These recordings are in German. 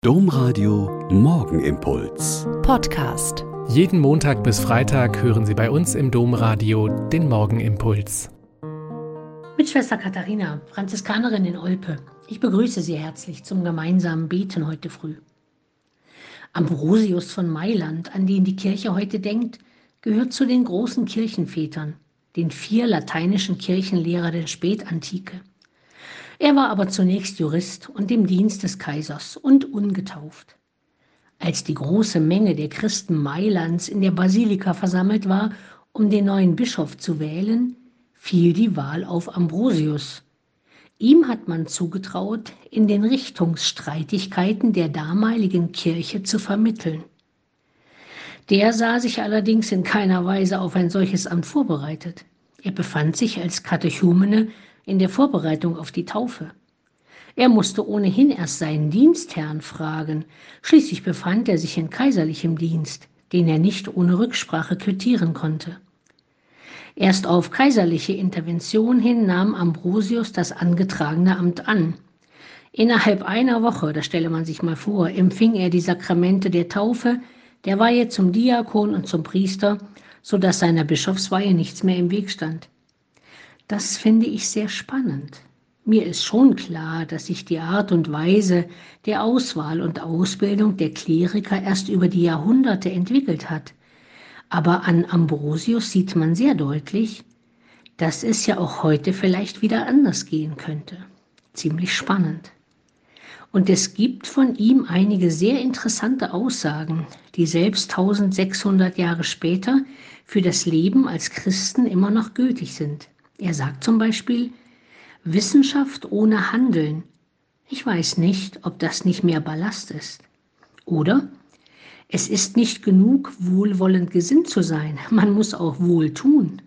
Domradio Morgenimpuls. Podcast. Jeden Montag bis Freitag hören Sie bei uns im Domradio den Morgenimpuls. Mit Schwester Katharina, Franziskanerin in Olpe. Ich begrüße Sie herzlich zum gemeinsamen Beten heute früh. Ambrosius von Mailand, an den die Kirche heute denkt, gehört zu den großen Kirchenvätern, den 4 lateinischen Kirchenlehrer der Spätantike. Er war aber zunächst Jurist und im Dienst des Kaisers und ungetauft. Als die große Menge der Christen Mailands in der Basilika versammelt war, um den neuen Bischof zu wählen, fiel die Wahl auf Ambrosius. Ihm hat man zugetraut, in den Richtungsstreitigkeiten der damaligen Kirche zu vermitteln. Der sah sich allerdings in keiner Weise auf ein solches Amt vorbereitet. Er befand sich als Katechumene in der Vorbereitung auf die Taufe. Er musste ohnehin erst seinen Dienstherrn fragen. Schließlich befand er sich in kaiserlichem Dienst, den er nicht ohne Rücksprache quittieren konnte. Erst auf kaiserliche Intervention hin nahm Ambrosius das angetragene Amt an. Innerhalb einer Woche, das stelle man sich mal vor, empfing er die Sakramente der Taufe, der Weihe zum Diakon und zum Priester, sodass seiner Bischofsweihe nichts mehr im Weg stand. Das finde ich sehr spannend. Mir ist schon klar, dass sich die Art und Weise der Auswahl und Ausbildung der Kleriker erst über die Jahrhunderte entwickelt hat. Aber an Ambrosius sieht man sehr deutlich, dass es ja auch heute vielleicht wieder anders gehen könnte. Ziemlich spannend. Und es gibt von ihm einige sehr interessante Aussagen, die selbst 1600 Jahre später für das Leben als Christen immer noch gültig sind. Er sagt zum Beispiel: Wissenschaft ohne Handeln. Ich weiß nicht, ob das nicht mehr Ballast ist. Oder: Es ist nicht genug, wohlwollend gesinnt zu sein. Man muss auch wohl tun.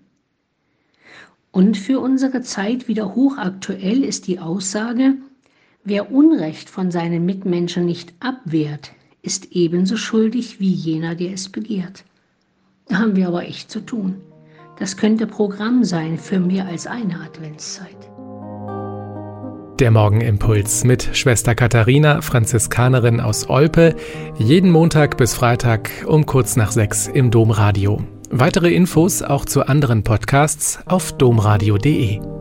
Und für unsere Zeit wieder hochaktuell ist die Aussage: Wer Unrecht von seinen Mitmenschen nicht abwehrt, ist ebenso schuldig wie jener, der es begehrt. Da haben wir aber echt zu tun. Das könnte Programm sein für mehr als eine Adventszeit. Der Morgenimpuls mit Schwester Katharina, Franziskanerin aus Olpe, jeden Montag bis Freitag um kurz nach 6 im Domradio. Weitere Infos auch zu anderen Podcasts auf domradio.de.